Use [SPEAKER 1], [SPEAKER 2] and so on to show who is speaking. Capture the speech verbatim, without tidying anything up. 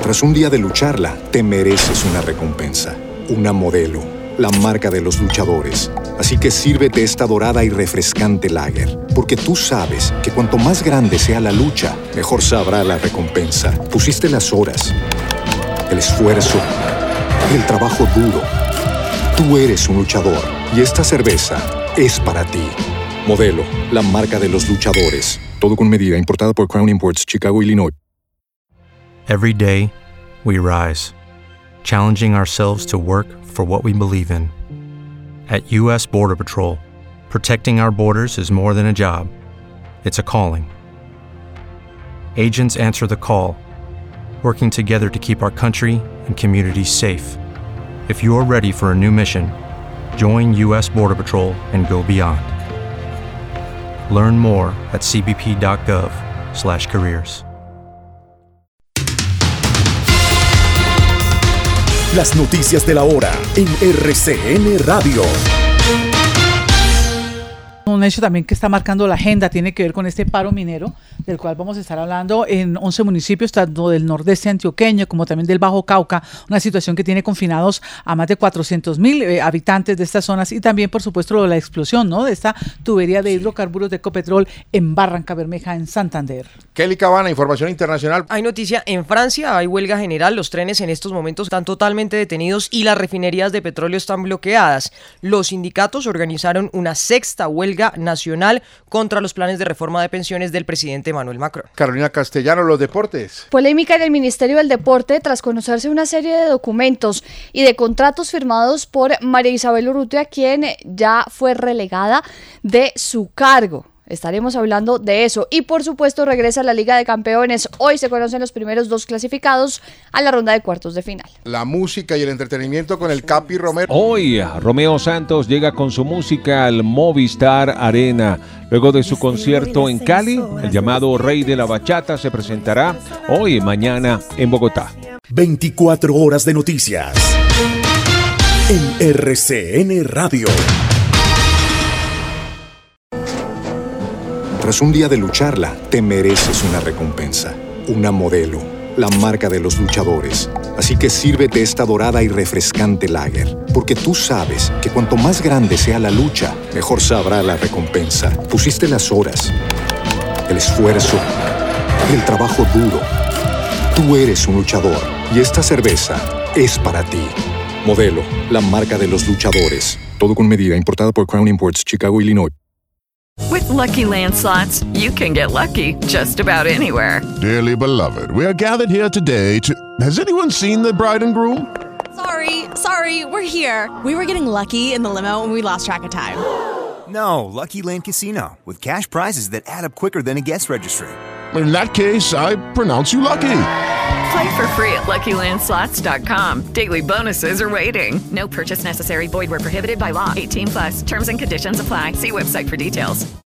[SPEAKER 1] Tras un día de lucharla, te mereces una recompensa, una Modelo, la marca de los luchadores. Así que sírvete esta dorada y refrescante lager, porque tú sabes que cuanto más grande sea la lucha, mejor sabrá la recompensa. Pusiste las horas, el esfuerzo, el trabajo duro. Tú eres un luchador y esta cerveza es para ti. Modelo, la marca de los luchadores. Todo con medida, importada por Crown Imports, Chicago, Illinois.
[SPEAKER 2] Every day, we rise, challenging ourselves to work for what we believe in. At U S Border Patrol, protecting our borders is more than a job. It's a calling. Agents answer the call, working together to keep our country and communities safe. If you are ready for a new mission, join U S Border Patrol and go beyond. Learn more at c b p dot gov slash careers.
[SPEAKER 3] Las noticias de la hora en R C N Radio.
[SPEAKER 4] Un hecho también que está marcando la agenda tiene que ver con este paro minero, del cual vamos a estar hablando en once municipios, tanto del nordeste antioqueño como también del Bajo Cauca, una situación que tiene confinados a más de cuatrocientos mil eh, habitantes de estas zonas, y también, por supuesto, lo de la explosión, ¿no?, de esta tubería de hidrocarburos de Ecopetrol en Barranca Bermeja, en Santander.
[SPEAKER 5] Kelly Cabana, información internacional.
[SPEAKER 6] Hay noticia en Francia, hay huelga general, los trenes en estos momentos están totalmente detenidos y las refinerías de petróleo están bloqueadas. Los sindicatos organizaron una sexta huelga nacional contra los planes de reforma de pensiones del presidente Emmanuel Macron.
[SPEAKER 5] Carolina Castellano, los deportes.
[SPEAKER 7] Polémica en el Ministerio del Deporte tras conocerse una serie de documentos y de contratos firmados por María Isabel Urrutia, quien ya fue relegada de su cargo. Estaremos hablando de eso. Y por supuesto regresa la Liga de Campeones. Hoy se conocen los primeros dos clasificados a la ronda de cuartos de final.
[SPEAKER 5] La música y el entretenimiento con el Capi Romero.
[SPEAKER 8] Hoy Romeo Santos llega con su música al Movistar Arena. Luego de su concierto en Cali, el llamado Rey de la Bachata se presentará hoy y mañana en Bogotá.
[SPEAKER 3] veinticuatro horas de noticias en R C N Radio.
[SPEAKER 1] Tras un día de lucharla, te mereces una recompensa, una Modelo, la marca de los luchadores. Así que sírvete esta dorada y refrescante lager, porque tú sabes que cuanto más grande sea la lucha, mejor sabrá la recompensa. Pusiste las horas, el esfuerzo, el trabajo duro. Tú eres un luchador y esta cerveza es para ti. Modelo, la marca de los luchadores. Todo con medida, importada por Crown Imports, Chicago, Illinois.
[SPEAKER 9] With Lucky Land Slots, you can get lucky just about anywhere.
[SPEAKER 10] Dearly beloved, we are gathered here today to... Has anyone seen the bride and groom?
[SPEAKER 11] Sorry, sorry, we're here. We were getting lucky in the limo and we lost track of time.
[SPEAKER 12] No, Lucky Land Casino, with cash prizes that add up quicker than a guest registry.
[SPEAKER 10] In that case, I pronounce you lucky.
[SPEAKER 9] Play for free at lucky land slots dot com. Daily bonuses are waiting. No purchase necessary. Void where prohibited by law. eighteen plus. Terms and conditions apply. See website for details.